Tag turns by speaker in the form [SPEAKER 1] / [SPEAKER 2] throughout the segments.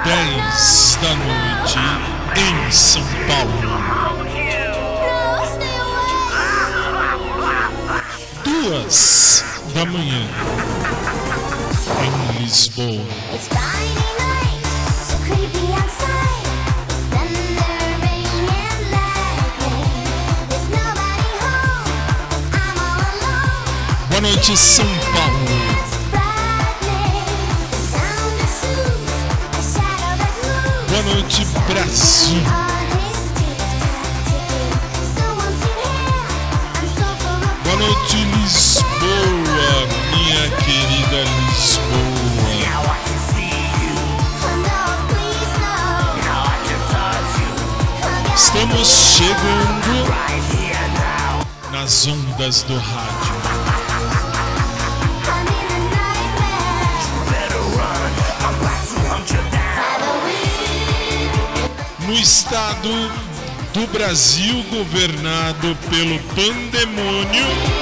[SPEAKER 1] 10 da noite em São Paulo. 2 da manhã em Lisboa. Boa noite, São Paulo. Boa noite, Brasil. Boa noite, Lisboa, minha querida Lisboa. Estamos chegando nas ondas do rádio. No estado do Brasil governado pelo pandemônio,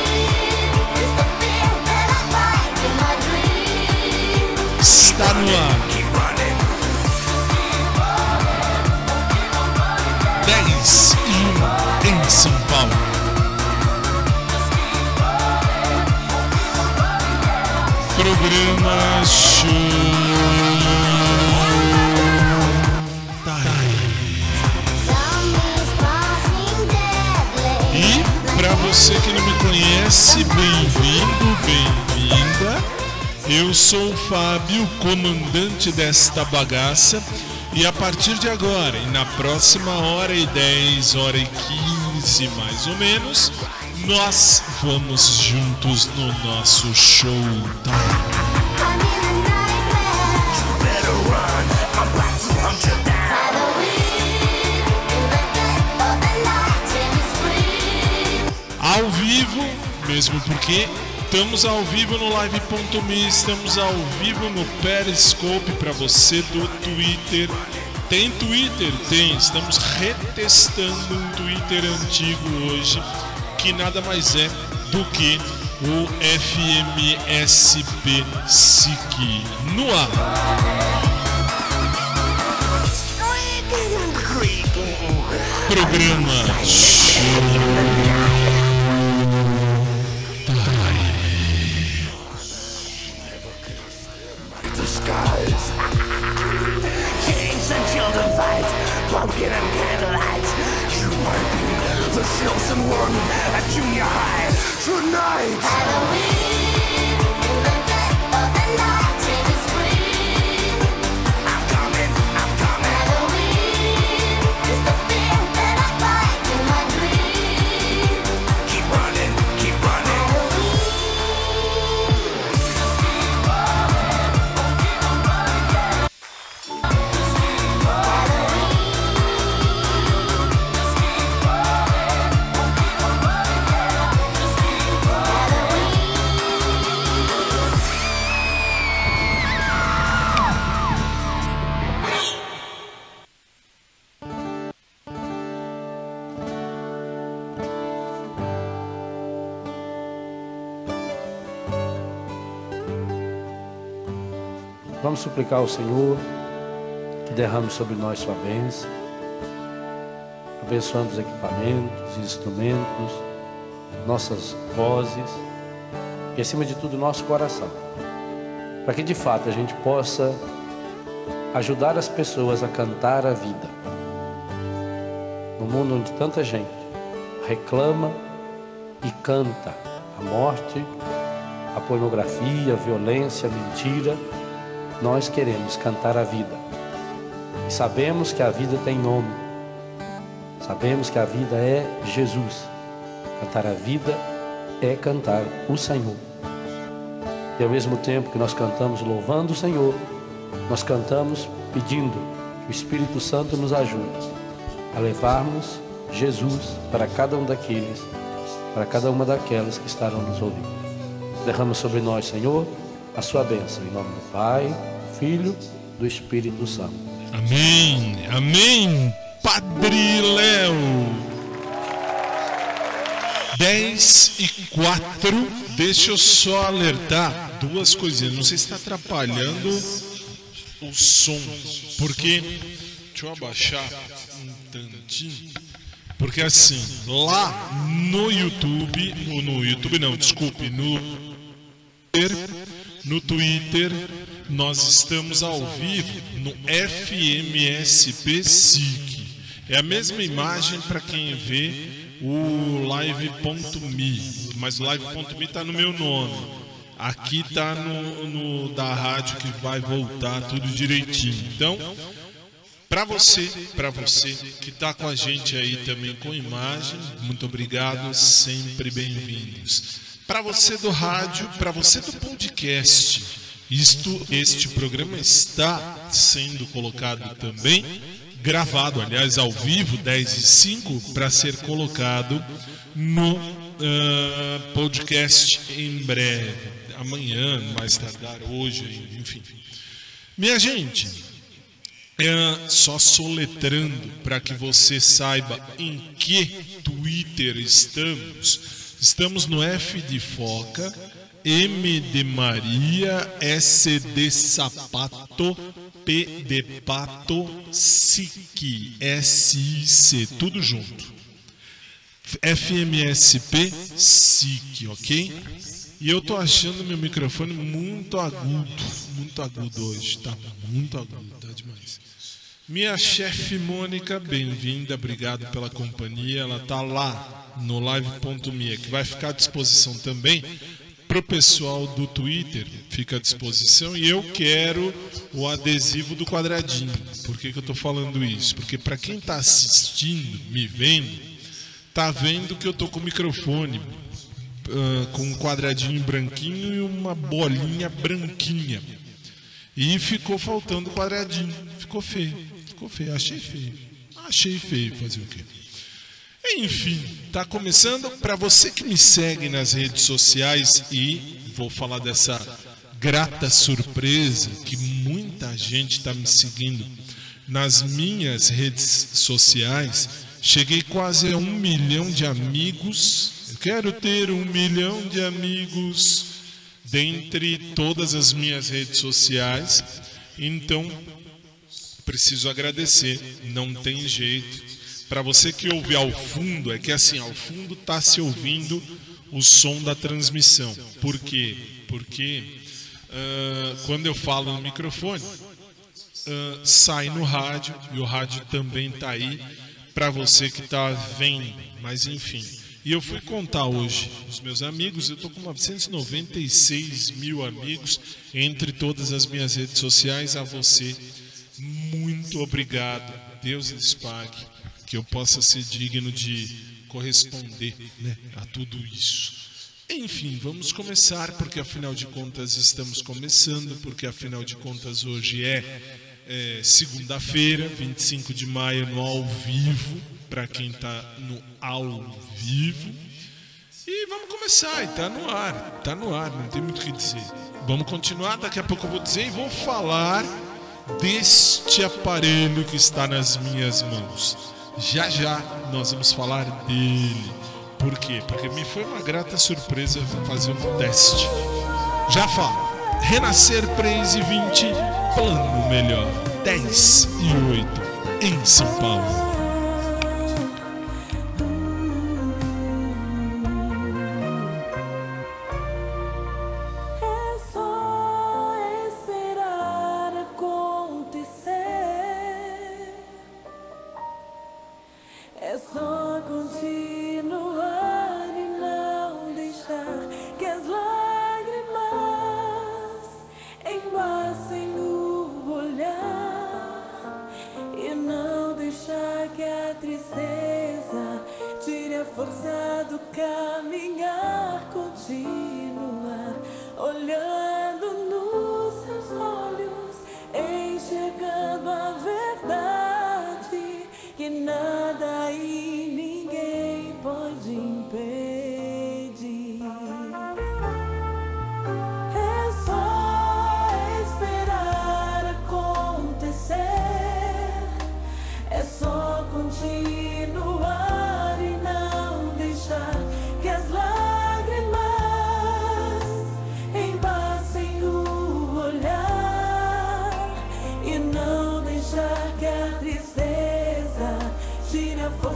[SPEAKER 1] está no ar 10:01 em São Paulo. Programa Show. E para você que não me conhece, bem-vindo, bem-vinda. Eu sou o Fábio, comandante desta bagaça. E a partir de agora, e na próxima hora e 10, hora e 15 mais ou menos, nós vamos juntos no nosso show. Ao vivo, mesmo porque estamos ao vivo no live.me, estamos ao vivo no Periscope para você do Twitter. Tem Twitter? Tem. Estamos retestando um Twitter antigo hoje, que nada mais é do que o FMSB SIC no ar. Programa Show.
[SPEAKER 2] Pumpkin and candlelight. You might be the chosen one at junior high tonight. Halloween, in the dead of the night, dream is free. I'm coming. Halloween is the fear that I fight in my dream. Keep running.
[SPEAKER 3] Vamos suplicar ao Senhor que derrame sobre nós sua bênção, abençoando os equipamentos, instrumentos, nossas vozes e, acima de tudo, nosso coração, para que de fato a gente possa ajudar as pessoas a cantar a vida. No mundo onde tanta gente reclama e canta a morte, a pornografia, a violência, a mentira, nós queremos cantar a vida. E sabemos que a vida tem nome. Sabemos que a vida é Jesus. Cantar a vida é cantar o Senhor. E ao mesmo tempo que nós cantamos louvando o Senhor, nós cantamos pedindo que o Espírito Santo nos ajude a levarmos Jesus para cada um daqueles, para cada uma daquelas que estarão nos ouvindo. Derrama sobre nós, Senhor, a sua bênção, em nome do Pai, do Filho, do Espírito Santo.
[SPEAKER 1] Amém, amém, Padre Léo. 10:04, deixa eu só alertar duas coisinhas, não sei se está atrapalhando o som, porque deixa eu abaixar um tantinho, porque assim, lá no YouTube, no Twitter, nós estamos ao vivo no FMSP SIC. É a mesma imagem para quem vê o live.me, mas o live.me está no meu nome. Aqui está no da rádio que vai voltar tudo direitinho. Então, para você que está com a gente aí também com imagem, muito obrigado, sempre bem-vindos. Para você do rádio, para você do podcast, este programa está sendo colocado também, gravado, aliás, ao vivo, 10h05, para ser colocado no podcast em breve, amanhã, mais tardar, hoje, enfim. Minha gente, só soletrando para que você saiba em que Twitter estamos. Estamos no F de Foca, M de Maria, S de Sapato, P de Pato, SIC, S-I-C, tudo junto. FMSP SIC, ok? E eu tô achando meu microfone muito agudo hoje, tá muito agudo, tá demais. Minha chefe Mônica, bem-vinda, obrigado pela companhia. Ela tá lá no live.me, que vai ficar à disposição também pro pessoal do Twitter, fica à disposição. E eu quero o adesivo do quadradinho. Por que eu tô falando isso? Porque para quem tá assistindo, me vendo, tá vendo que eu tô com o microfone com um quadradinho branquinho e uma bolinha branquinha. E ficou faltando o quadradinho. Ficou feio, achei feio fazer o quê? Enfim, tá começando. Para você que me segue nas redes sociais, e vou falar dessa grata surpresa que muita gente está me seguindo nas minhas redes sociais. Cheguei quase a 1 milhão de amigos. Eu quero ter 1 milhão de amigos dentre todas as minhas redes sociais. Então, preciso agradecer. Não tem jeito. Para você que ouve ao fundo, é que assim, ao fundo está se ouvindo o som da transmissão. Por quê? Porque quando eu falo no microfone, sai no rádio, e o rádio também está aí para você que está vendo. Mas enfim, e eu fui contar hoje os meus amigos, eu estou com 996 mil amigos entre todas as minhas redes sociais. A você, muito obrigado. Deus lhes pague, que eu possa ser digno de corresponder, né, a tudo isso. Enfim, vamos começar, porque afinal de contas estamos começando, porque afinal de contas hoje é segunda-feira, 25 de maio, no ao vivo, para quem está no ao vivo. E vamos começar, e tá no ar, não tem muito o que dizer. Vamos continuar, daqui a pouco eu vou dizer e vou falar deste aparelho que está nas minhas mãos. Já nós vamos falar dele. Por quê? Porque me foi uma grata surpresa fazer um teste. Já falo. Renascer Praise 20, plano melhor. 10 e 8 em São Paulo.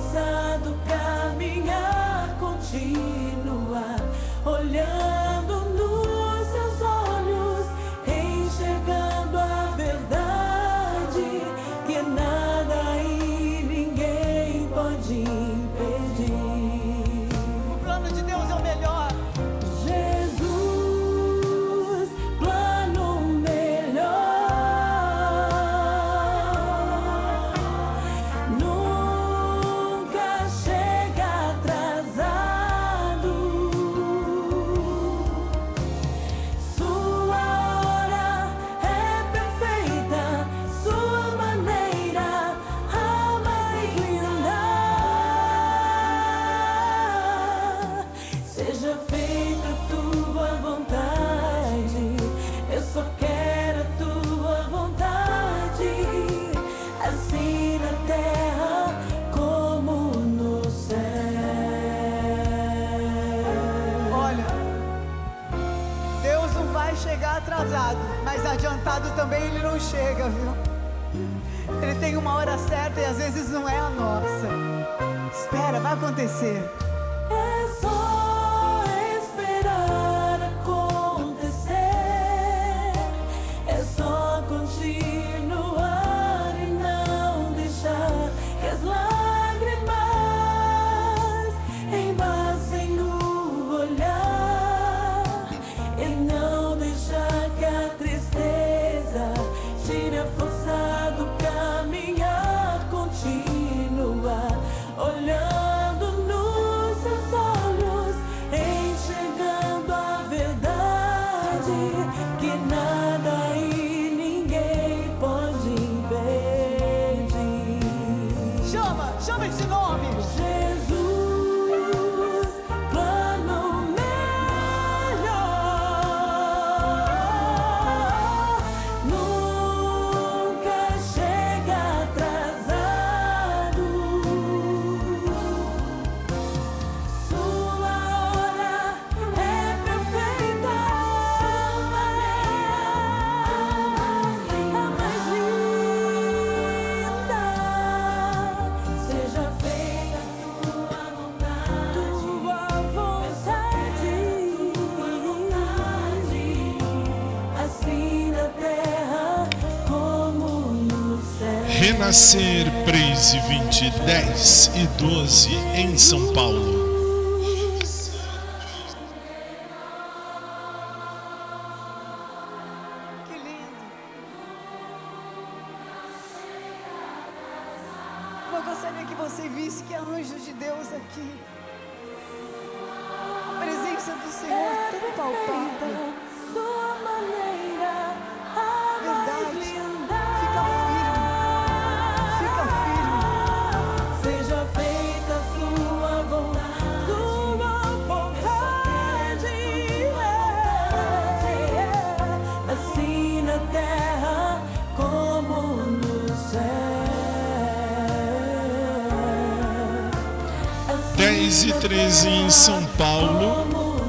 [SPEAKER 2] forçado caminhar, continuar olhando nos seus olhos, enxergando a verdade, que nada e ninguém pode impedir.
[SPEAKER 4] O plano de Deus é o melhor.
[SPEAKER 2] Jesus, plano melhor, nunca chega atrasado. Sua hora é perfeita, sua maneira a mais linda. Seja feita a tua vontade, eu só quero a tua vontade, assim na terra como no céu.
[SPEAKER 4] Olha, Deus não vai chegar atrasado, mas adiantado também Ele não chega, viu? Ele tem uma hora certa e às vezes não é a nossa. Espera, vai acontecer.
[SPEAKER 2] É só esperar acontecer, é só continuar e não deixar que as lágrimas embaçem o olhar, e não deixar que a tristeza tire a força do caminhar, continuar olhando nos seus olhos, enxergando a verdade, que nada e ninguém pode impedir.
[SPEAKER 4] Chama esse nome.
[SPEAKER 2] Jesus, plano melhor, nunca chega atrasado. Sua hora é perfeita, sua maneira a mais linda. Seja feita a tua vontade, assim na terra como no céu.
[SPEAKER 1] Renascer Praise 20, 10 e 12 em São Paulo.
[SPEAKER 4] Que lindo. Eu gostaria que você visse que há anjos de Deus aqui. A presença do Senhor tão palpável.
[SPEAKER 2] Sua maneira a mais
[SPEAKER 4] Verdade.
[SPEAKER 2] linda.
[SPEAKER 4] Fica firme.
[SPEAKER 2] Seja feita a sua vontade, assim na terra como no céu.
[SPEAKER 1] 10 e 13 em São Paulo.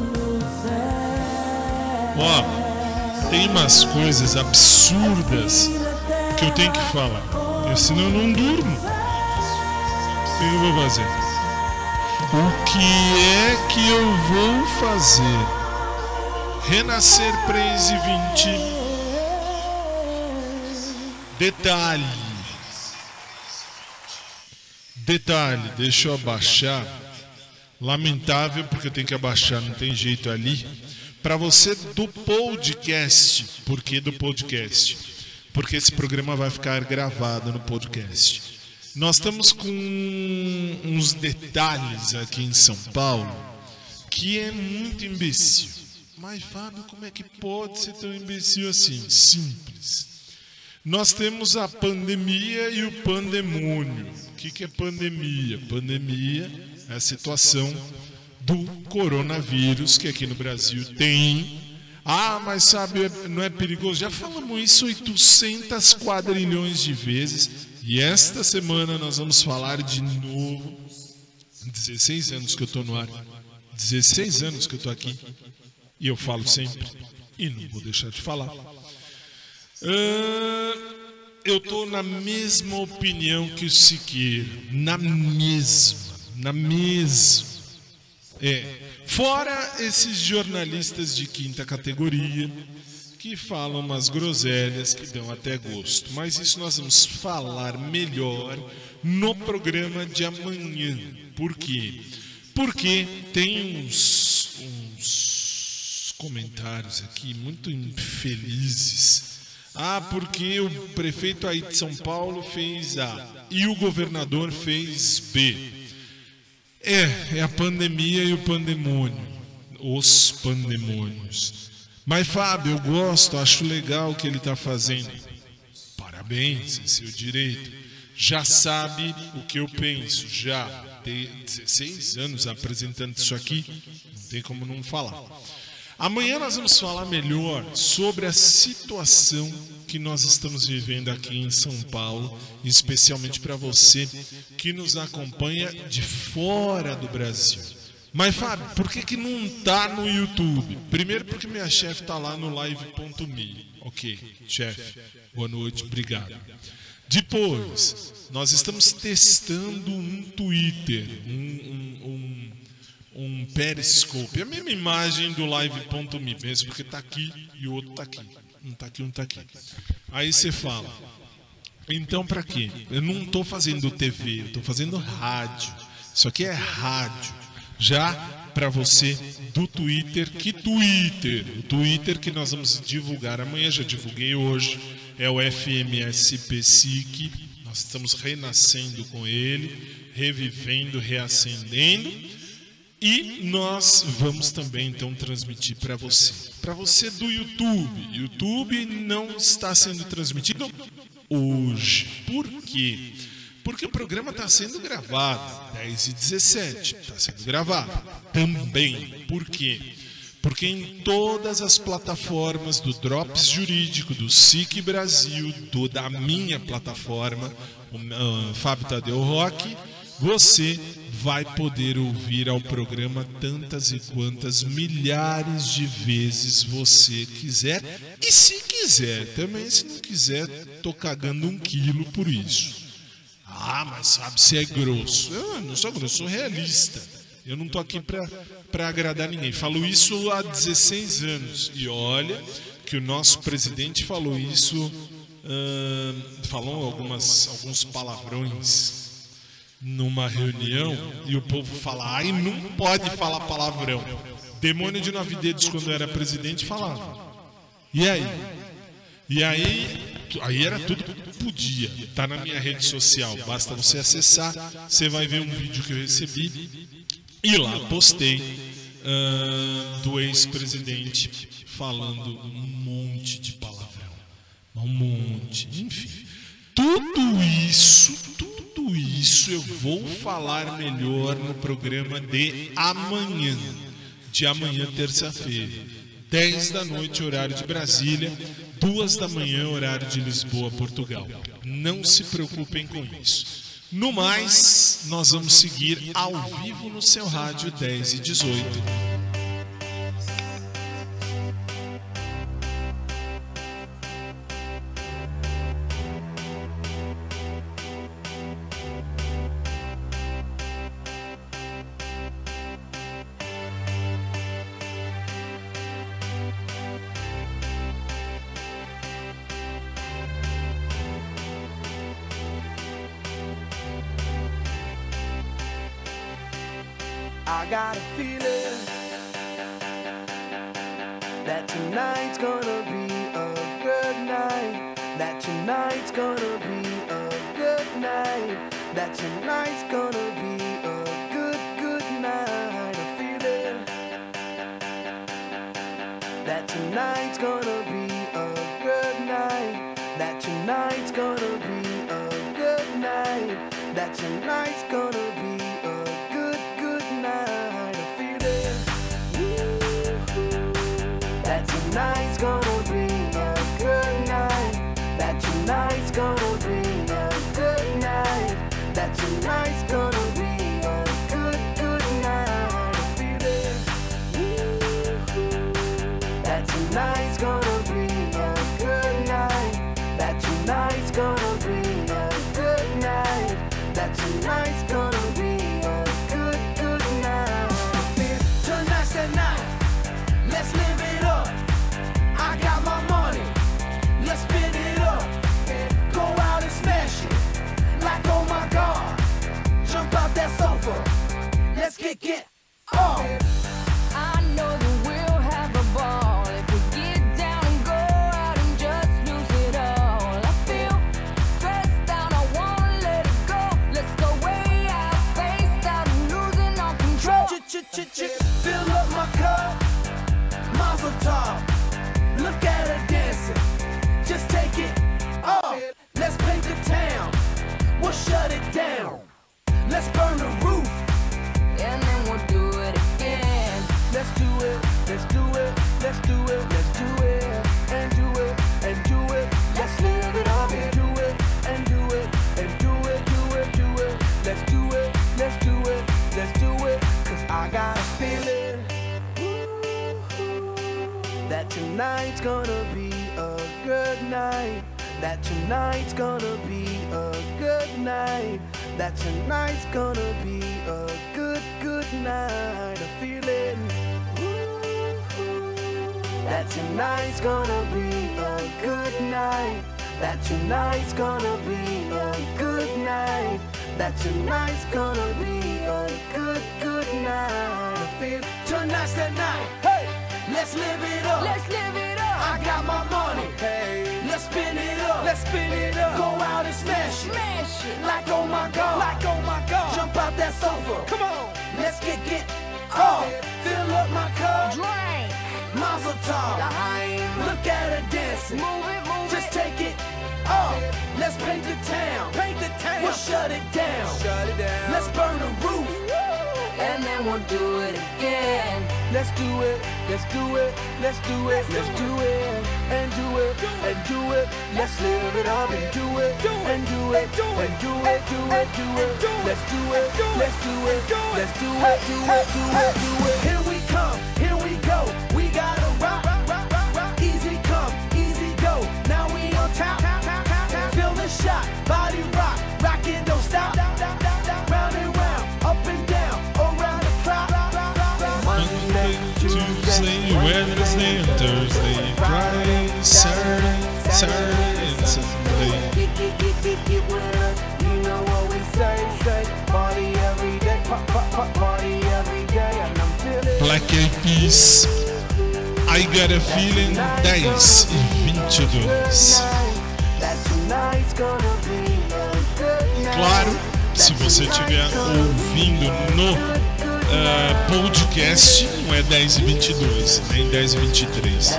[SPEAKER 1] Ó, tem umas coisas absurdas que eu tenho que falar, porque senão eu não durmo. O que eu vou fazer? O que é que eu vou fazer? Renascer Praise 20. Detalhe, deixa eu abaixar. Lamentável, porque eu tenho que abaixar, não tem jeito ali. Para você do podcast, por que do podcast? Porque esse programa vai ficar gravado no podcast. Nós estamos com uns detalhes aqui em São Paulo que é muito imbecil. Mas, Fábio, como é que pode ser tão imbecil assim? Simples. Nós temos a pandemia e o pandemônio. O que é pandemia? Pandemia é a situação do coronavírus que aqui no Brasil tem. Ah, mas sabe, não é perigoso? Já falamos isso 800 quadrilhões de vezes. E esta semana nós vamos falar de novo. 16 anos que eu estou no ar. 16 anos que eu estou aqui. E eu falo sempre. E não vou deixar de falar. eu tô na mesma opinião que o Siqueira. Na mesma. Fora esses jornalistas de quinta categoria que falam umas groselhas que dão até gosto. Mas isso nós vamos falar melhor no programa de amanhã. Por quê? Porque tem uns comentários aqui muito infelizes. Porque o prefeito aí de São Paulo fez A e o governador fez B. É a pandemia e o pandemônio. Os pandemônios. Mas, Fábio, eu gosto, acho legal o que ele está fazendo. Parabéns, é seu direito. Já sabe o que eu penso, já. Tem 16 anos apresentando isso aqui, não tem como não falar. Amanhã nós vamos falar melhor sobre a situação que nós estamos vivendo aqui em São Paulo, especialmente para você que nos acompanha de fora do Brasil. Mas, Fábio, por que não tá no YouTube? Primeiro porque minha chefe tá lá no live.me. Ok, chefe, boa noite, obrigado. Depois, nós estamos testando um Twitter, um Periscope. É a mesma imagem do live.me, mesmo porque tá aqui e o outro tá aqui. Um tá aqui, um tá aqui. Aí você fala, então pra quê? Eu não tô fazendo TV, eu tô fazendo rádio. Isso aqui é rádio. Já para você do Twitter, que Twitter? O Twitter que nós vamos divulgar amanhã, já divulguei hoje, é o FMSPSIC. Nós estamos renascendo com ele, revivendo, reacendendo. E nós vamos também então transmitir para você. Para você do YouTube. YouTube não está sendo transmitido hoje. Por quê? Porque o programa está sendo gravado, 10h17, está sendo gravado também. Por quê? Porque em todas as plataformas do Drops Jurídico, do SIC Brasil, da minha plataforma, o Fábio Tadeu Rock, você vai poder ouvir ao programa tantas e quantas milhares de vezes você quiser. E se quiser, também se não quiser, tô cagando 1 quilo por isso. Mas sabe se é grosso. Eu não sou grosso, sou realista. Eu não tô aqui para agradar ninguém. Falo isso há 16 anos. E olha que o nosso presidente falou isso, falou alguns palavrões numa reunião. E o povo fala, não pode falar palavrão. Demônio de 9 dedos, quando era presidente, falava. E aí? Aí era tudo que podia. Tá na minha rede social. Basta você acessar. Você vai ver um vídeo que eu recebi. E lá postei do ex-presidente falando um monte de palavrão. Um monte. Enfim. Tudo isso eu vou falar melhor no programa de amanhã. De amanhã, terça-feira. 10 da noite, horário de Brasília. 2 da manhã, horário de Lisboa, Portugal. Não se preocupem com isso. No mais, nós vamos seguir ao vivo no seu rádio 10h18.
[SPEAKER 2] I got a feeling that tonight's gonna be a good night. That tonight's gonna be a good night. That tonight's gonna be a good night. A feeling that tonight's gonna be a good night. That tonight's gonna be a good night. That tonight's gonna be a good night. A feeling that tonight's gonna be a good night. That tonight's gonna be a good night. That tonight's gonna be a good night. A feeling that tonight's gonna be a good night. That tonight's gonna good night. That tonight's gonna be a good night. That tonight's gonna be a good, good night. A feeling. That tonight's gonna be a good night. That tonight's gonna be a good night. That tonight's gonna be a good, good night. I feel tonight's the night. Hey, let's live it up. Let's live it up. I got my money. Hey, let's spin it up. Let's spin it up. Go out and smash it. Smash it. Like oh my god. Like oh my god. Jump out that sofa. Come on. Let's get off. Fill up my cup. Drink. Mazel tov. Look at her dancing. Move it, move just it. Just take it off. Let's paint the town. Paint the town. We'll shut it down. Shut it down. Let's burn the roof. And then we'll do it again. Let's do it. Let's do it. Let's do it. Let's do it. And do it. And do it. Let's live it up and do it. And do it. And do it. Do it. Do it. Let's do it. Let's do it. Let's do it. Do it. Do it. Do it. Here we come. Here we go. We gotta rock. Easy come. Easy go. Now we on top. Feel the shot. Body rock. Rock it. Don't stop. Round and round. Up and down. Around the clock.
[SPEAKER 1] Monday, Tuesday, Wednesday, and Thursday, Friday, Saturday, and Sunday.
[SPEAKER 2] You know what we say, party every day, party every day, and I'm feeling.
[SPEAKER 1] Black Eyed Peas, I Got a Feeling, 10 e 22. Claro, se você estiver ouvindo no podcast, não é 10 e 22, nem 10 e 23.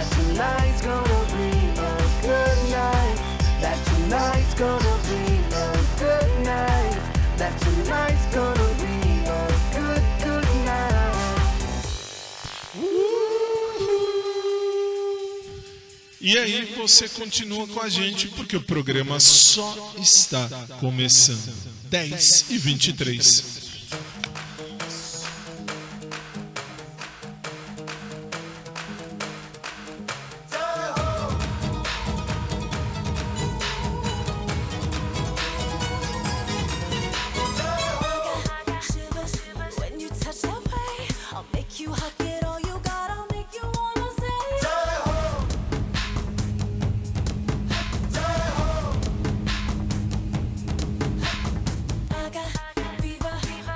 [SPEAKER 1] E aí você continua com a gente porque o programa só está começando. 10 e 23.
[SPEAKER 5] I got fever.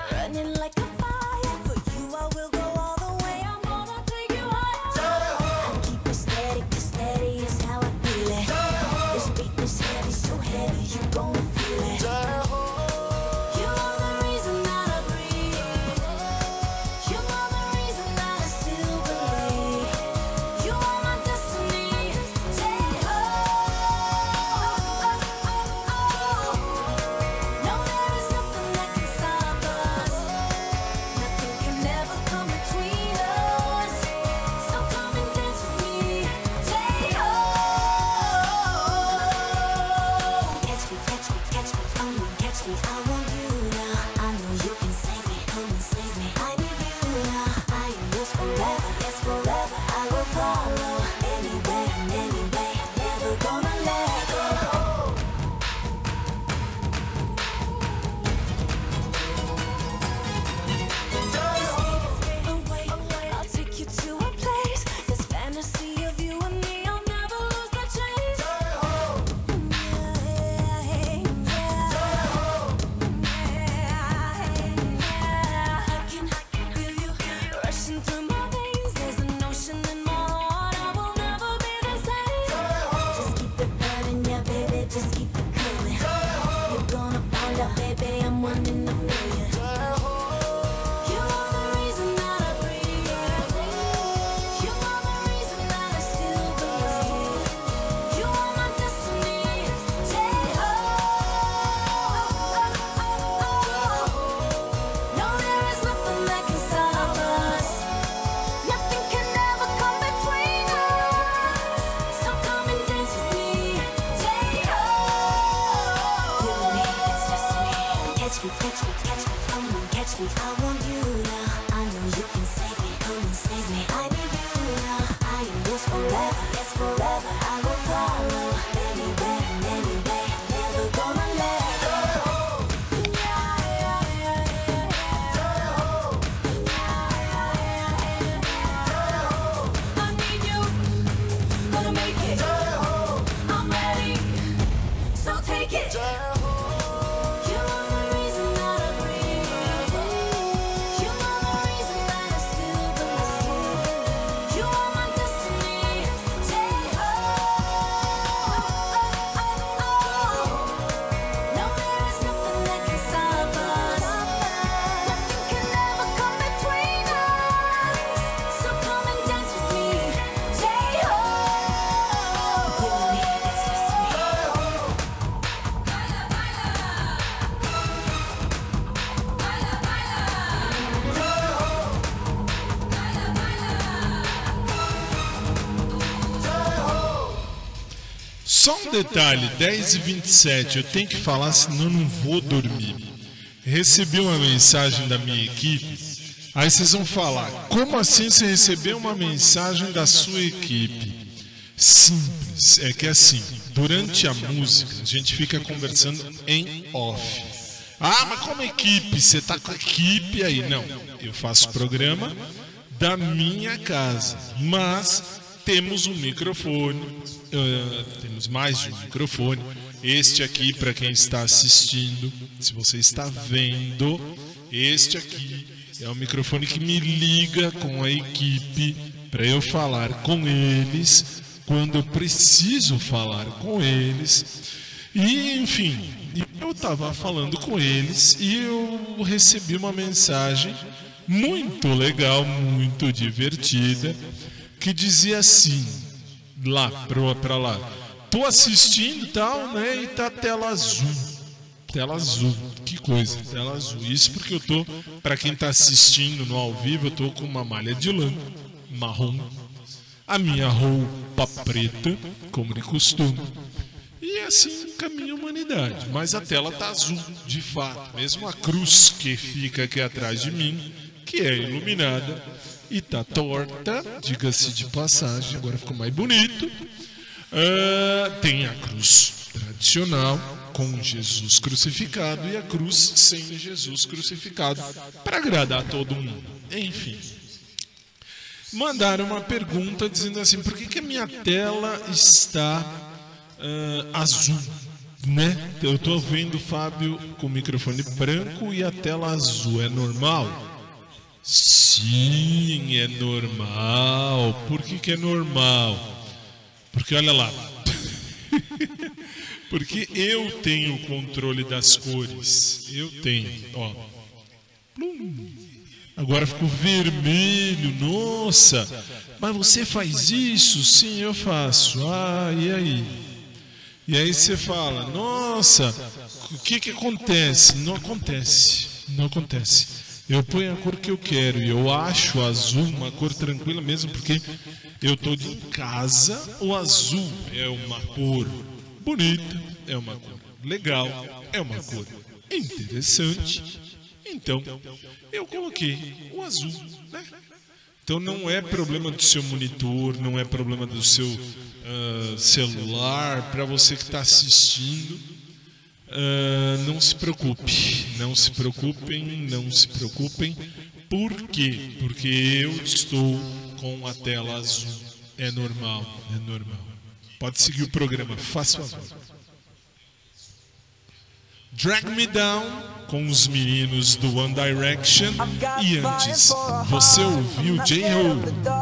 [SPEAKER 1] Só um detalhe, 10h27, eu tenho que falar, senão eu não vou dormir. Recebi uma mensagem da minha equipe, aí vocês vão falar, como assim você recebeu uma mensagem da sua equipe? Simples, é que assim, durante a música, a gente fica conversando em off. Ah, mas como equipe? Você tá com a equipe aí? Não, eu faço programa da minha casa, mas temos um microfone, temos mais de um microfone. Este aqui, para quem está assistindo, se você está vendo, este aqui é o microfone que me liga com a equipe para eu falar com eles quando eu preciso falar com eles. E, enfim, eu estava falando com eles e eu recebi uma mensagem muito legal, muito divertida, que dizia assim, lá para lá, tô assistindo e tal, né, e tá tela azul, que coisa, tela azul. Isso porque eu tô, para quem tá assistindo no ao vivo, eu tô com uma malha de lã marrom, a minha roupa preta, como de costume, e assim caminha a humanidade. Mas a tela tá azul, de fato, mesmo a cruz que fica aqui atrás de mim, que é iluminada e tá torta, diga-se de passagem, agora ficou mais bonito. Tem a cruz tradicional com Jesus crucificado e a cruz sem Jesus crucificado, para agradar todo mundo. Enfim, mandaram uma pergunta dizendo assim, por que a minha tela está azul, né? Eu tô vendo o Fábio com o microfone branco e a tela azul, é normal? Sim, é normal. Por que é normal? Porque olha lá, porque eu tenho o controle das cores. Eu tenho, ó. Agora ficou vermelho, nossa. Mas você faz isso? Sim, eu faço. Ah, e aí? E aí você fala, nossa, o que acontece? Não acontece, não acontece. Eu ponho a cor que eu quero e eu acho o azul uma cor tranquila mesmo, porque eu estou em casa. O azul é uma cor bonita, é uma cor legal, é uma cor interessante. Então, eu coloquei o azul, né? Então não é problema do seu monitor, não é problema do seu celular. Para você que está assistindo, não se preocupe, não se preocupem. Por quê? Porque eu estou com a tela azul. É normal, é normal. Pode seguir o programa, faça favor. Drag Me Down com os meninos do One Direction. E antes, você ouviu J-Ho.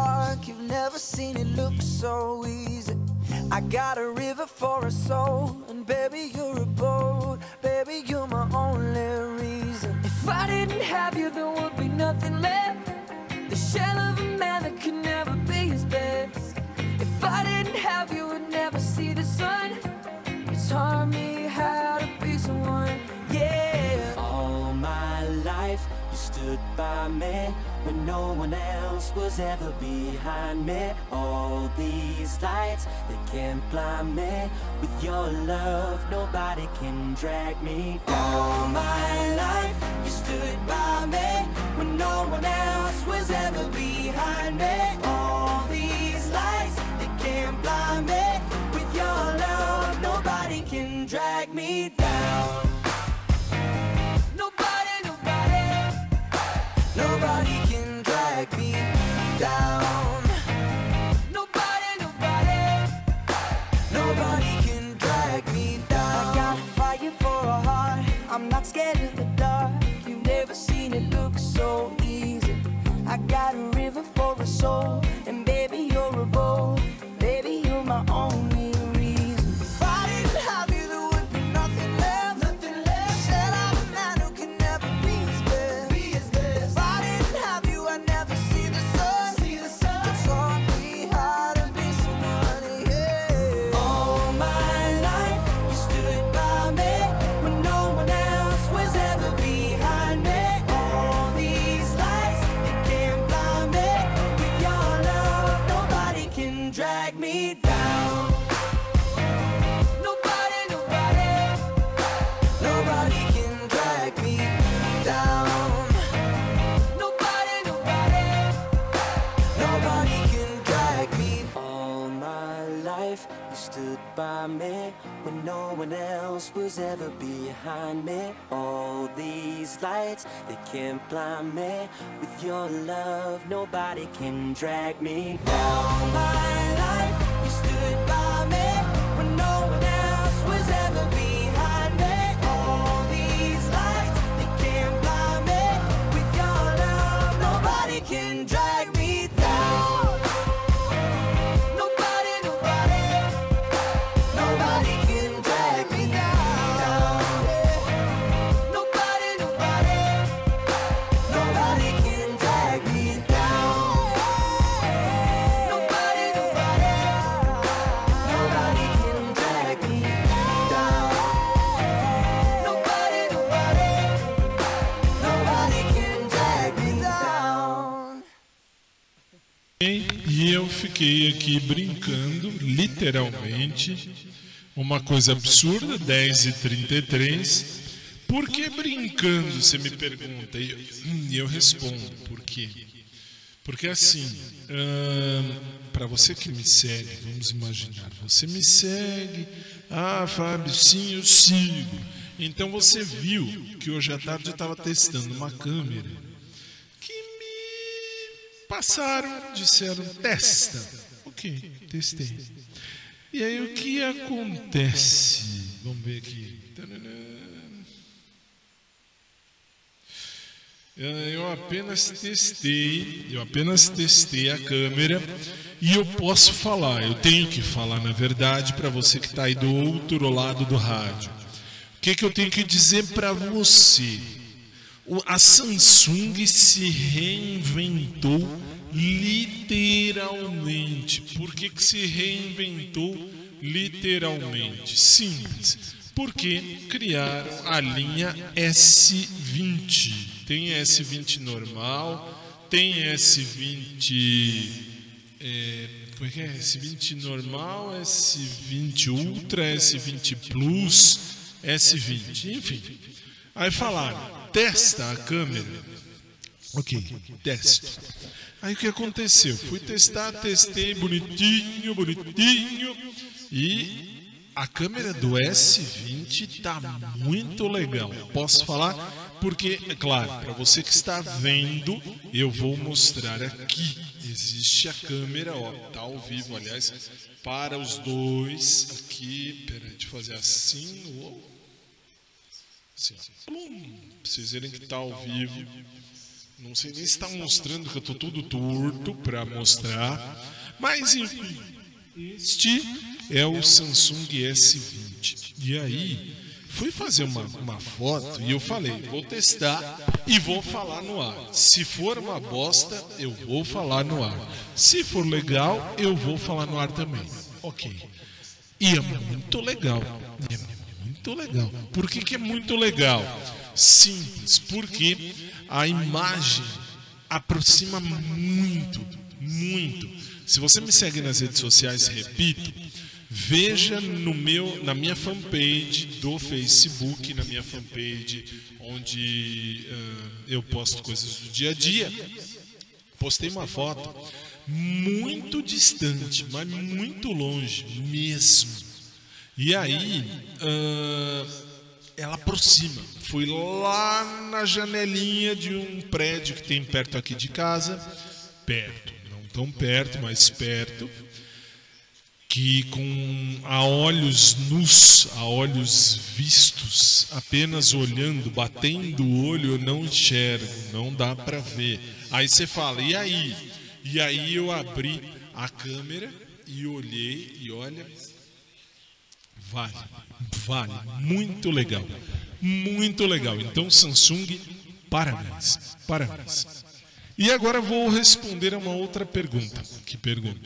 [SPEAKER 1] I got a river for a soul, and baby you're a boat, baby you're my only reason. If I didn't have you, there would be nothing left. The shell of a man that could never be his best. If I didn't have you, would never see the sun. You taught me how to be someone, yeah. All my life you stood by me when no one else was ever behind me. All these lights, they can't blind me. With your love, nobody can drag me down. All my life, you stood by me when no one else was ever behind me. All these lights, they can't blind me. With your love, nobody can drag me down. Nobody can drag me down. Nobody can drag me down. I got fire for a heart, I'm not scared of the dark. You've never seen it look so easy. I got a river for a soul, and baby you're a boat, baby you're my only reason. If I didn't have you, there would be nothing left. Nothing left. Said I'm a man who can never be his best. Be his best. If I didn't have you, I'd never see the sun. See the sun. You taught me how to be someone, yeah. All my life, you stood by me when no one else was ever behind me. All these lights, they can't blind me. With your
[SPEAKER 2] by me when no one else was ever behind me. All these lights, they can't blind me. With your love, nobody can drag me down. All my life, you stood by me when no one else was ever behind me. All these lights, they can't blind me. With your love, nobody can drag me down. Nobody, nobody, nobody can drag me down. Nobody, nobody, nobody can drag me down. Nobody, nobody, nobody can drag me down. Nobody, nobody, nobody can drag me down.
[SPEAKER 1] E eu fiquei aqui brincando, literalmente, uma coisa absurda, 10h33. Por que brincando, você me pergunta? E eu respondo, por quê? Porque assim, para você que me segue, vamos imaginar, você me segue, Fábio, sim, eu sigo. Então você viu que hoje à tarde eu estava testando uma câmera que me passaram, disseram, testa. Ok, testei. E aí o que acontece? Vamos ver aqui. Eu apenas testei a câmera e eu posso falar, eu tenho que falar na verdade para você que está aí do outro lado do rádio. O que eu tenho que dizer para você? A Samsung se reinventou literalmente. Por que se reinventou literalmente? Simples. Porque criaram a linha S20. Tem S20 normal, tem S20... como é que é? S20 normal, S20 Ultra, S20 Plus, S20, enfim. Aí falaram, testa a câmera. Ok, testo. Aí o que aconteceu? Fui testar, testei, bonitinho. E a câmera do S20 tá muito legal. Posso falar? Porque, é claro, para você que está vendo, eu vou mostrar aqui. Existe a câmera, ó, tá ao vivo, aliás, para os dois. Aqui, peraí, deixa eu fazer assim. Assim, plum, pra vocês verem que tá ao vivo. Não sei nem se está mostrando, que eu tô todo torto para mostrar. Mas, enfim, este é o Samsung S20. E aí, fui fazer uma foto e eu falei, vou testar e vou falar no ar. Se for uma bosta, eu vou falar no ar. Se for legal, eu vou falar no ar também. Ok. E é muito legal. Por que é muito legal? Simples, porque a imagem aproxima muito. Se você me segue nas redes sociais, repito, veja na minha fanpage do Facebook, na minha fanpage onde eu posto coisas do dia a dia. Postei uma foto muito distante, mas muito longe mesmo. E aí ela aproxima. Fui lá na janelinha de um prédio que tem perto aqui de casa, não tão perto, mas perto, que a olhos nus, a olhos vistos, apenas olhando, batendo o olho, eu não enxergo, não dá para ver. Aí você fala, e aí? E aí eu abri a câmera e olhei e olha, vale, muito legal. Então Samsung, parabéns. E agora vou responder a uma outra pergunta. Que pergunta?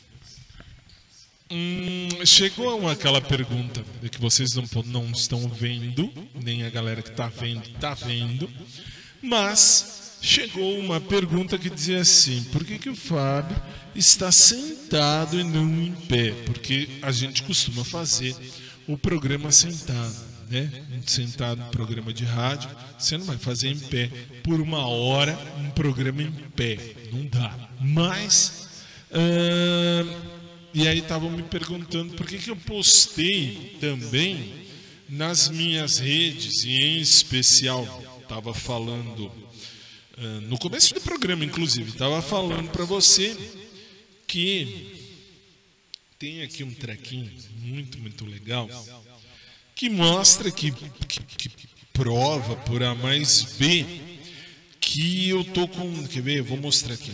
[SPEAKER 1] Chegou aquela pergunta que vocês não estão vendo, nem a galera que está vendo, mas chegou uma pergunta que dizia assim: por que o Fábio está sentado e não em pé? Porque a gente costuma fazer o programa sentado, né? Sentado no programa de rádio, você não vai fazer em pé por 1 hora um programa em pé, não dá. Mas E aí estavam me perguntando por que eu postei também nas minhas redes, e em especial estava falando no começo do programa, inclusive, estava falando para você que tem aqui um trequinho muito, muito legal que mostra que prova por A mais B que eu tô com, quer ver, eu vou mostrar aqui,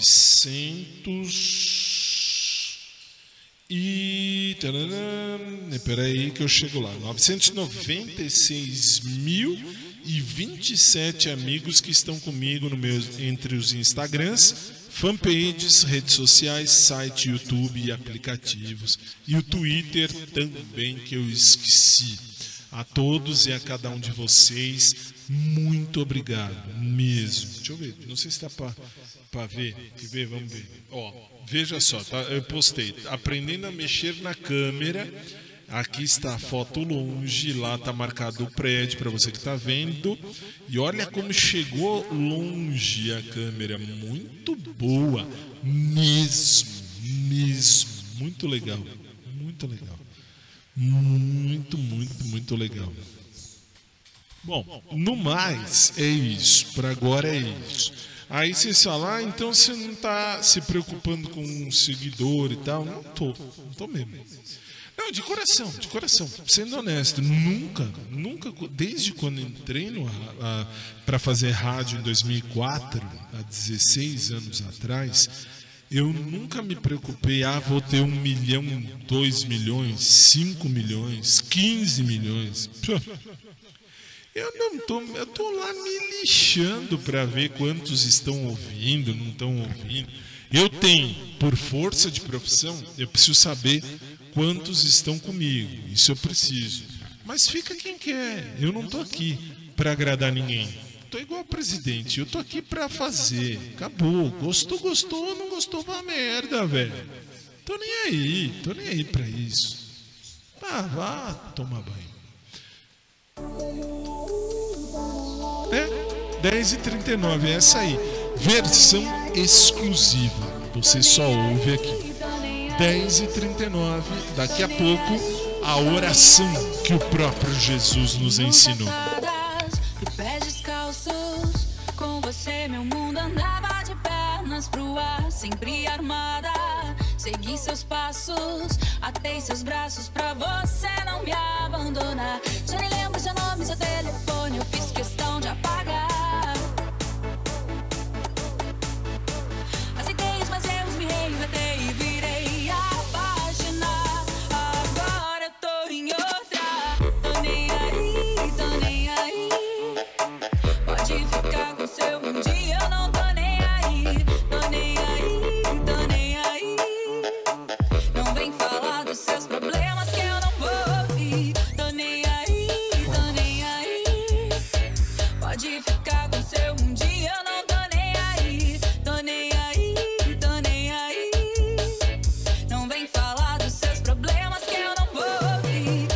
[SPEAKER 1] 900 e peraí que eu chego lá, 996.027 amigos que estão comigo no meu, entre os Instagrams, fanpages, redes sociais, site, YouTube e aplicativos. E o Twitter também, que eu esqueci. A todos e a cada um de vocês, muito obrigado mesmo. Deixa eu ver, não sei se está para ver. Quer ver? Vamos ver. Ó, veja só, tá? Eu postei. Aprendendo a mexer na câmera. Aqui está a foto longe, lá está marcado o prédio para você que está vendo. E olha como chegou longe a câmera, muito boa, mesmo, muito legal, muito legal, muito legal. Bom, no mais é isso, para agora é isso. Aí vocês falam, então você não está se preocupando com um seguidor e tal? Não tô mesmo. Não, de coração, sendo honesto, nunca, desde quando entrei para fazer rádio em 2004, há 16 anos atrás, eu nunca me preocupei, vou ter 1 milhão, 2 milhões, 5 milhões, 15 milhões. Eu tô lá me lixando para ver quantos estão ouvindo, não estão ouvindo. Eu tenho, por força de profissão, eu preciso saber quantos estão comigo, isso eu preciso. Mas fica quem quer, eu não estou aqui para agradar ninguém. Estou igual ao presidente, eu estou aqui para fazer. Acabou, gostou, não gostou, vá merda, velho. Tô nem aí para isso. Vá tomar banho. 10h39, é essa aí. Versão exclusiva, você só ouve aqui. 10h39, daqui a pouco, a oração que o próprio Jesus nos ensinou.
[SPEAKER 5] De pés descalços, com você meu mundo andava de pernas pro ar, sempre armada. Segui seus passos, atei seus braços pra você não me abandonar. Já nem lembro seu nome, seu telefone, eu fiz questão de apagar. Aceitei os meus erros, me reinventei e virei a página. Agora eu tô em outra, tô nem aí. Pode ficar com seu um dia, eu não tô nem aí. Tô nem aí. Não vem falar dos seus problemas que eu não vou ouvir. Tô nem aí. Pode ficar com seu um dia, eu não tô nem aí. Tô nem aí. Não vem falar dos seus problemas que eu não vou ouvir.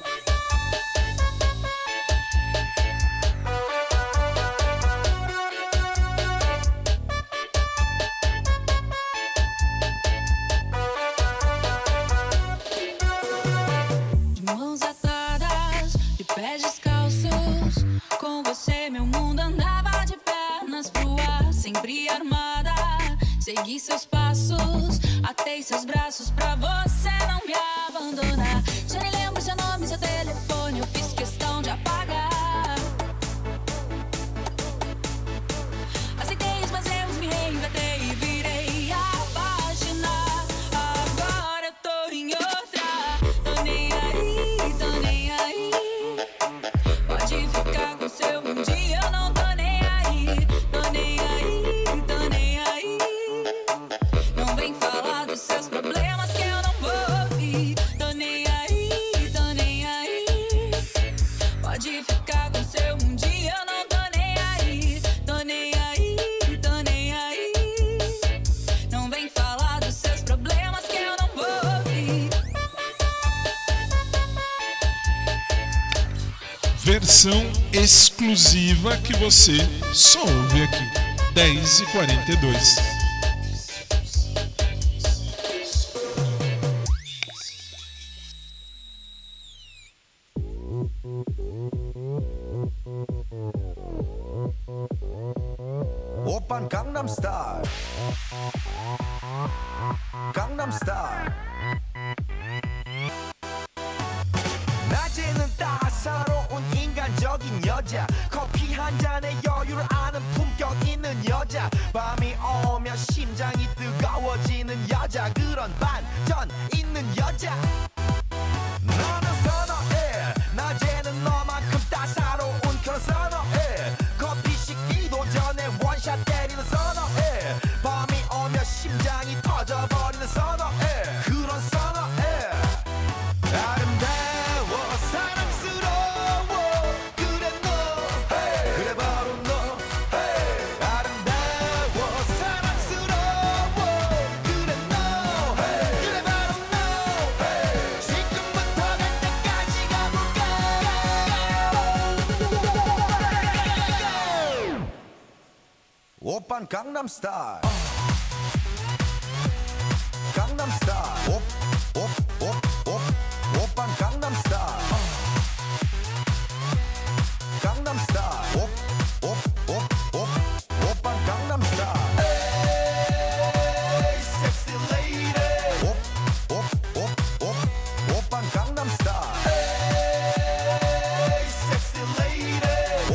[SPEAKER 5] De mãos atadas, de pés descalços, com você meu mundo andava de pernas pro ar, sempre armada. Segui seus passos, atei seus braços pra você não me abandonar. Já nem lembro seu nome, seu telefone, eu fiz questão de apagar. Aceitei os meus erros, me reinventei e virei a página. Agora eu tô em outra, tô nem aí. Pode ficar com seu um dia, eu não tô nem aí. Tô nem aí. Não vem falar dos seus problemas que eu não vou ouvir. Tô nem aí. Pode ficar com seu um dia, eu não tô nem aí. Tô nem aí. Não vem falar dos seus problemas que eu não vou ouvir.
[SPEAKER 1] Versão exclusiva que você só ouve aqui. 10h42.
[SPEAKER 2] 오빤 강남스타일 강남스타일 낮에는 따사로운 인간적인 여자 커피 한 잔에 여유를 아는 품격 있는 여자 밤이 오면 심장이 뜨거워지는 여자 그런 반전 있는 여자 너는 선어해 낮에는 너만큼 따사로운 그런 선어해 커피 식기도 전에 원샷 때리는 선어해 밤이 오면 심장이 터져버리는 선어해 그런 선어해 아름다워 사랑스러워 그래 너 hey. 그래 바로 너 hey. 아름다워 사랑스러워 그래 너 hey. 그래 바로 너 hey. 지금부터 갈 때까지 가볼까 오빤 강남스타일 강남스타일 오빤 강남스타일 강남스타일 오빤 강남스타일 에이 섹시 레이디 오빤 강남스타일 에이 섹시 레이디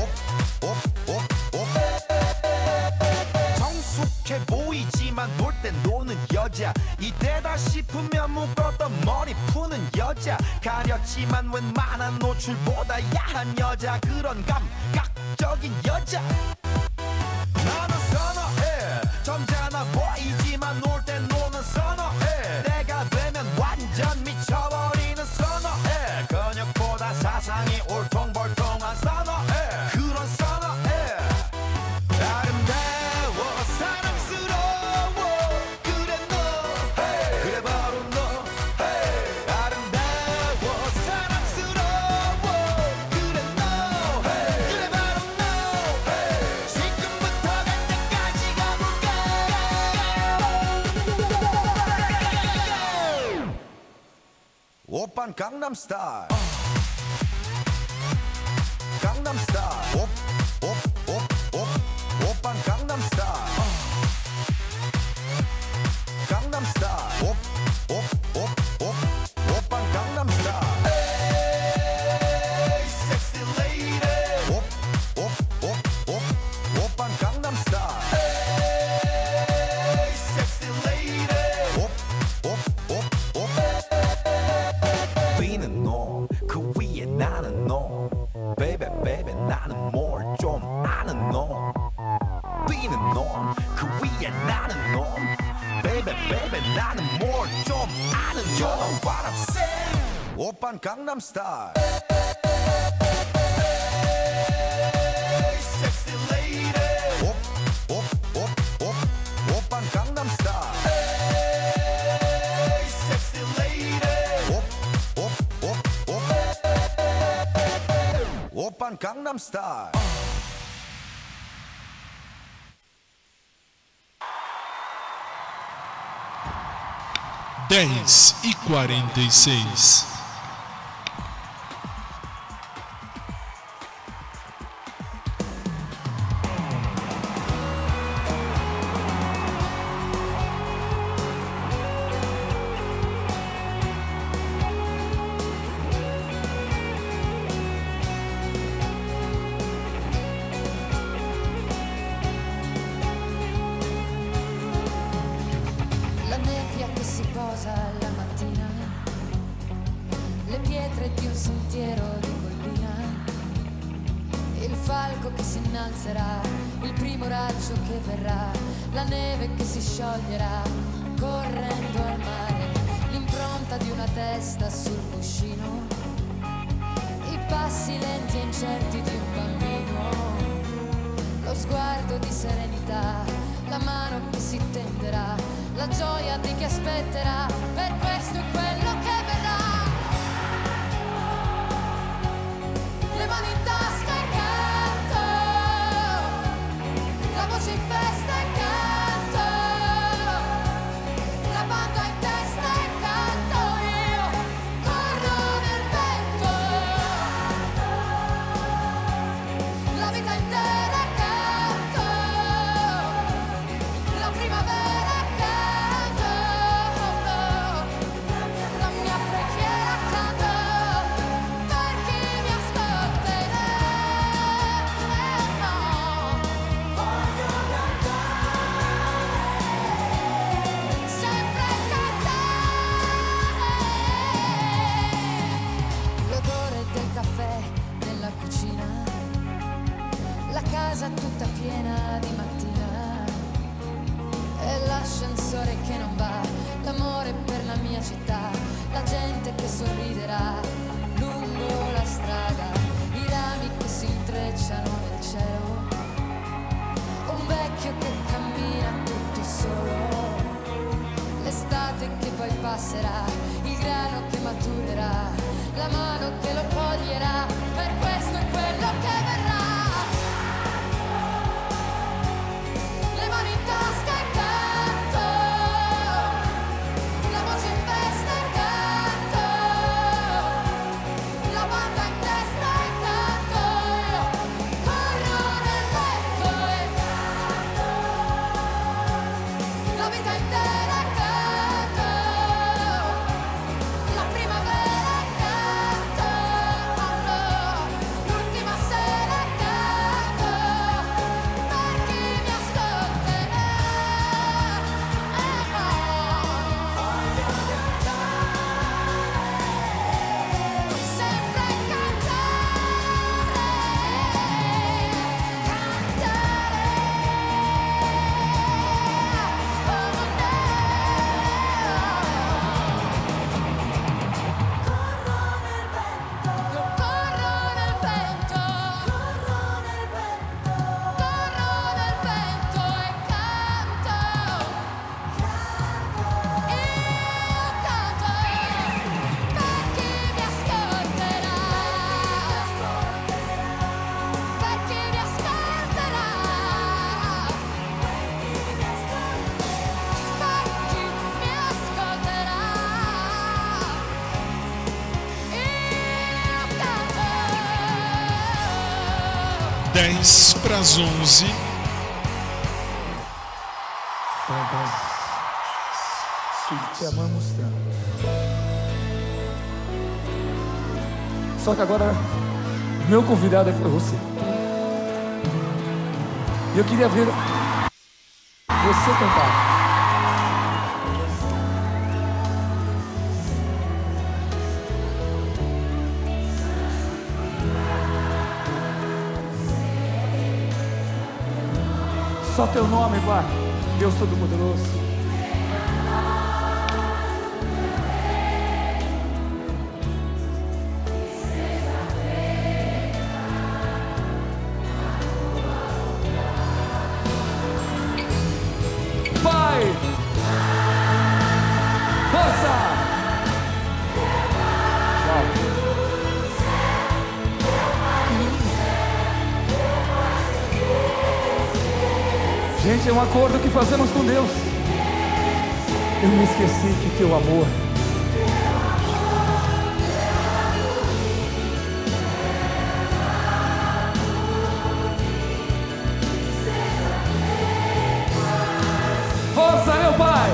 [SPEAKER 2] 성숙해 보이지만 놀 땐 노는 여자 이때다 싶으면 묶었던 머리 푸는 여자 가렸지만 웬만한 노출보다 야한 여자 그런 감각적인 여자 나는 선어해 점잖아 보이지만 놀 땐 노는 선어해 내가 되면 완전 미쳐버리는 선어해 근육보다 사상이 울퉁불퉁한 선어해 그런 선어해 아름다워 사랑스러워 그래 너 hey. 그래 바로 너 hey. 아름다워 사랑스러워 그래 너 hey. 그래 바로 너 hey. 지금부터 갈 때까지 가볼까 오빤 강남스타일 강남스타일 오빤 강남스타일 강남스타일 오빤 강남스타일 에이 섹시 레이디 오빤 강남스타일 에이 섹시 레이디 뛰는 놈그 위에 나는 놈 베이베 베이베 나는 뭘 좀 아는 놈 뛰는 놈 그 위에 나는 놈 베이베 베이베 나는 뭘 좀 아는 놈 You know what I'm saying 오빤 강남스타일 에이 섹시 레이디 오빤 강남스타일 에이 섹시 레이디 오빤 강남스타일
[SPEAKER 1] 10h46.
[SPEAKER 5] La nebbia che si posa la mattina, le pietre di un sentiero di collina, il falco che si innalzerà, il primo raggio che verrà, la neve che si scioglierà correndo al mare, l'impronta di una testa sul cuscino, i passi lenti e incerti di un bambino, lo sguardo di serenità, la mano che si tenderà, la gioia di chi aspetterà per questo e quello che verrà. Le mani in tasca e canto, la voce in festa e canto, la banda in testa e canto, io corro nel vento, la vita intera e canto. piena di mattina e l'ascensore che non va, l'amore per la mia città, la gente che sorriderà lungo la strada, i rami che si intrecciano nel cielo, un vecchio che cammina tutto solo, l'estate che poi passerà, il grano che maturerà, la mano che lo coglierà, per questo è quello che verrà. Le mani in tasca e canto, la voce in testa e canto, la banda in testa e canto, io corro nel vento e canto, la vita intera e canto, la primavera e canto, l'ultima sera e canto, per chi mi ascolterà. Sempre io corro nel vento, corro nel vento e canto, io canto per chi mi ascolterà, per chi mi ascolterà, per chi mi ascolterà, io canto.
[SPEAKER 1] 10 para as 11.
[SPEAKER 6] Pai, que te amamos tanto. Só que agora, meu convidado foi você. E eu queria ver você cantar. Só teu nome, Pai, Deus Todo-Poderoso. Pai, força! Gente, é um acordo que fazemos com Deus. Eu me esqueci que teu amor força, meu Pai!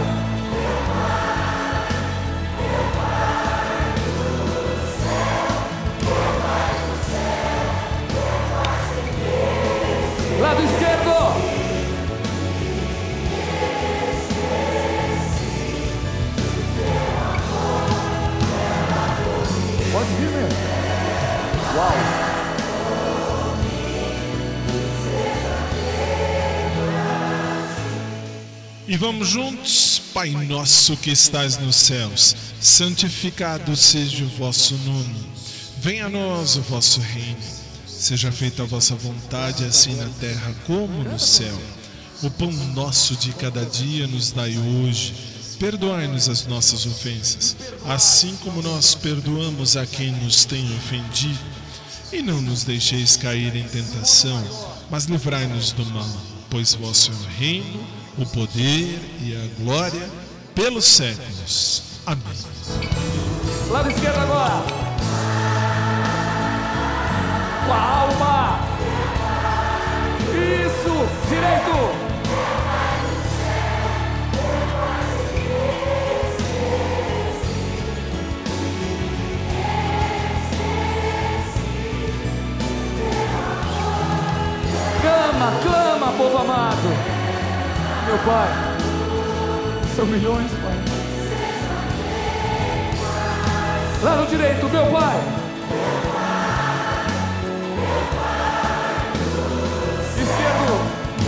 [SPEAKER 6] Lado esquerdo! Pode vir mesmo. Uau!
[SPEAKER 1] E vamos juntos. Pai nosso que estás nos céus, santificado seja o vosso nome. Venha a nós o vosso reino. Seja feita a vossa vontade, assim na terra como no céu. O pão nosso de cada dia nos dai hoje. Perdoai-nos as nossas ofensas, assim como nós perdoamos a quem nos tem ofendido. E não nos deixeis cair em tentação, mas livrai-nos do mal, pois vosso é o reino, o poder e a glória pelos séculos. Amém.
[SPEAKER 6] Lado esquerdo agora. Com a alma. Isso. Direito. Clama, povo amado. Meu Pai, são milhões, Pai. Lá no direito, meu Pai. Esquerdo.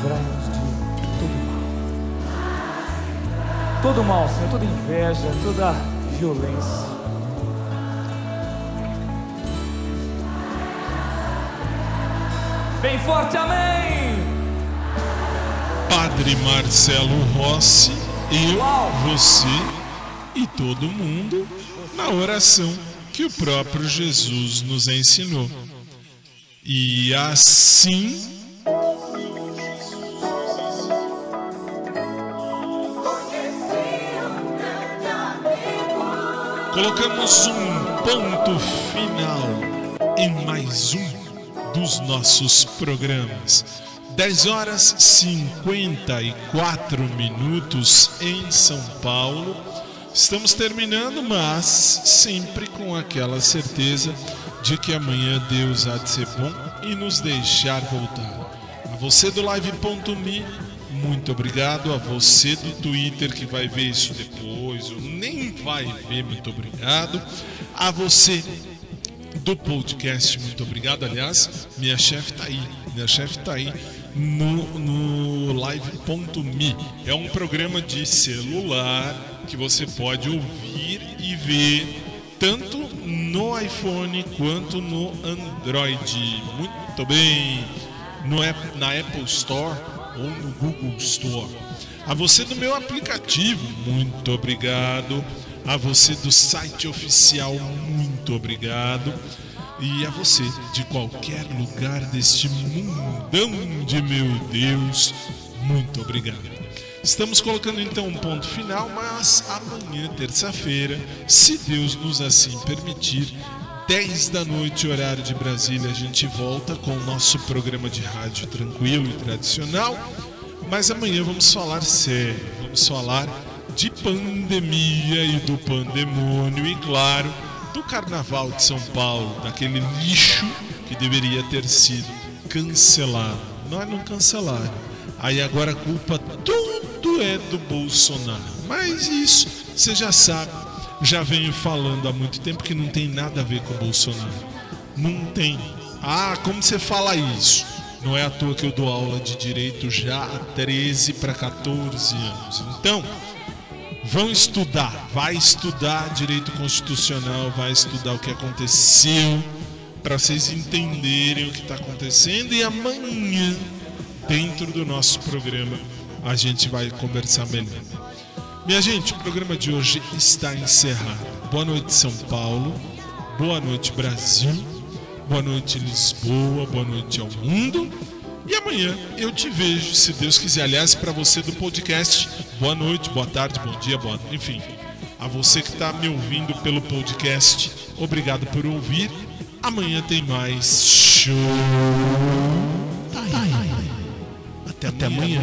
[SPEAKER 6] livrai-nos de todo mal. Todo mal, Senhor, toda inveja, toda violência. Bem forte, amém!
[SPEAKER 1] Padre Marcelo Rossi, eu, você e todo mundo na oração que o próprio Jesus nos ensinou. E assim colocamos um ponto final em mais um dos nossos programas. 10h54 em São Paulo. Estamos terminando, mas sempre com aquela certeza de que amanhã Deus há de ser bom e nos deixar voltar. A você do Live.me, muito obrigado. A você do Twitter que vai ver isso depois ou nem vai ver, muito obrigado. A você do podcast, muito obrigado. Aliás, minha chefe tá aí no Live.me. É um programa de celular que você pode ouvir e ver tanto no iPhone quanto no Android. Muito bem, na Apple Store ou no Google Store. A você do meu aplicativo, muito obrigado. A você do site oficial, muito obrigado. E a você de qualquer lugar deste mundão de meu Deus, muito obrigado. Estamos colocando então um ponto final, mas amanhã, terça-feira, se Deus nos assim permitir, 10 da noite, horário de Brasília, a gente volta com o nosso programa de rádio tranquilo e tradicional. Mas amanhã vamos falar sério, vamos falar de pandemia e do pandemônio e, claro, do Carnaval de São Paulo, daquele lixo que deveria ter sido cancelado. Nós não cancelaram. Aí agora a culpa tudo é do Bolsonaro. Mas isso, você já sabe, já venho falando há muito tempo que não tem nada a ver com o Bolsonaro. Não tem. Ah, como você fala isso? Não é à toa que eu dou aula de direito já há 13 para 14 anos. Então, vão estudar, vai estudar direito constitucional, vai estudar o que aconteceu, para vocês entenderem o que está acontecendo. E amanhã, dentro do nosso programa, a gente vai conversar melhor. Minha gente, o programa de hoje está encerrado. Boa noite, São Paulo. Boa noite, Brasil. Boa noite, Lisboa. Boa noite ao mundo. E amanhã eu te vejo, se Deus quiser. Aliás, para você do podcast, boa noite, boa tarde, bom dia, boa noite. Enfim, a você que está me ouvindo pelo podcast, obrigado por ouvir. Amanhã tem mais show. Até amanhã.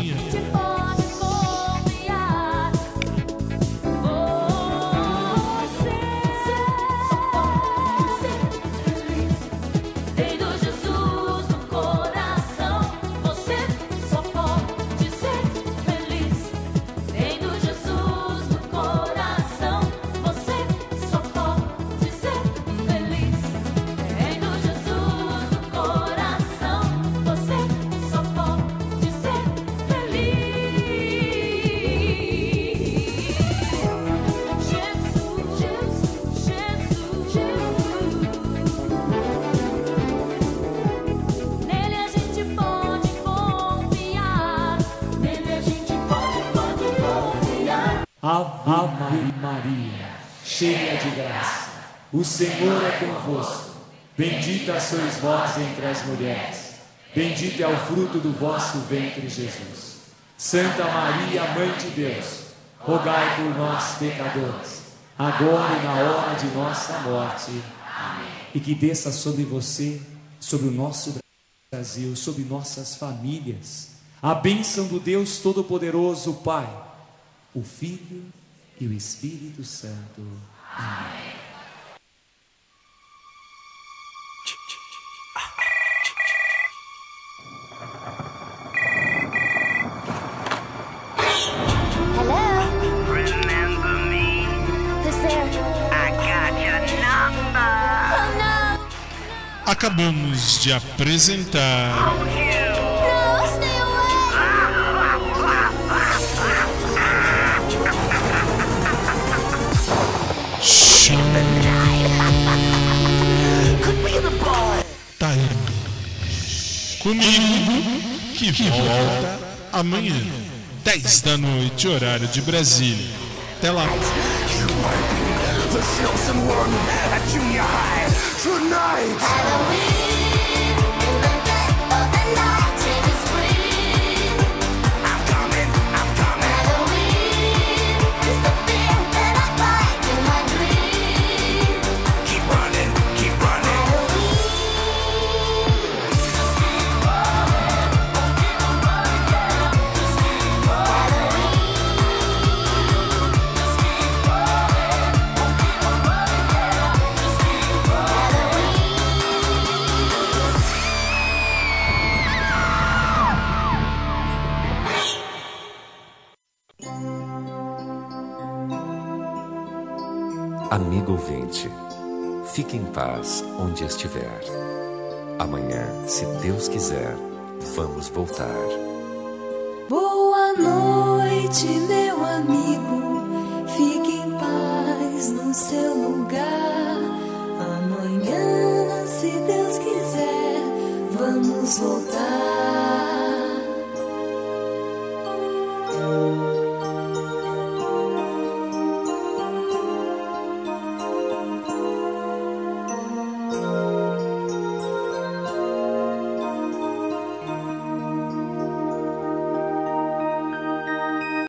[SPEAKER 7] Ave Maria, cheia de graça, o Senhor é convosco. Bendita sois vós entre as mulheres, bendito é o fruto do vosso ventre, Jesus. Santa Maria, Mãe de Deus, rogai por nós, pecadores, agora e na hora de nossa morte. Amém. E que desça sobre você, sobre o nosso Brasil, sobre nossas famílias, a bênção do Deus Todo-Poderoso, Pai, o Filho e o Espírito Santo. Amém.
[SPEAKER 1] Acabamos de apresentar comigo, que volta amanhã, 10 da noite, horário de Brasília. Até lá.
[SPEAKER 2] The chosen one at junior high tonight. Halloween, in the dead of the night, it is free. I'm coming. Halloween is the fear that I fight in my dream. Keep running. Halloween. Just keep running, keep on running, yeah. Just keep running. Halloween. Just keep running.
[SPEAKER 8] Amigo ouvinte, fique em paz onde estiver. Amanhã, se Deus quiser, vamos voltar.
[SPEAKER 5] Boa noite, meu amigo. Fique em paz no seu lugar. Amanhã, se Deus quiser, vamos voltar.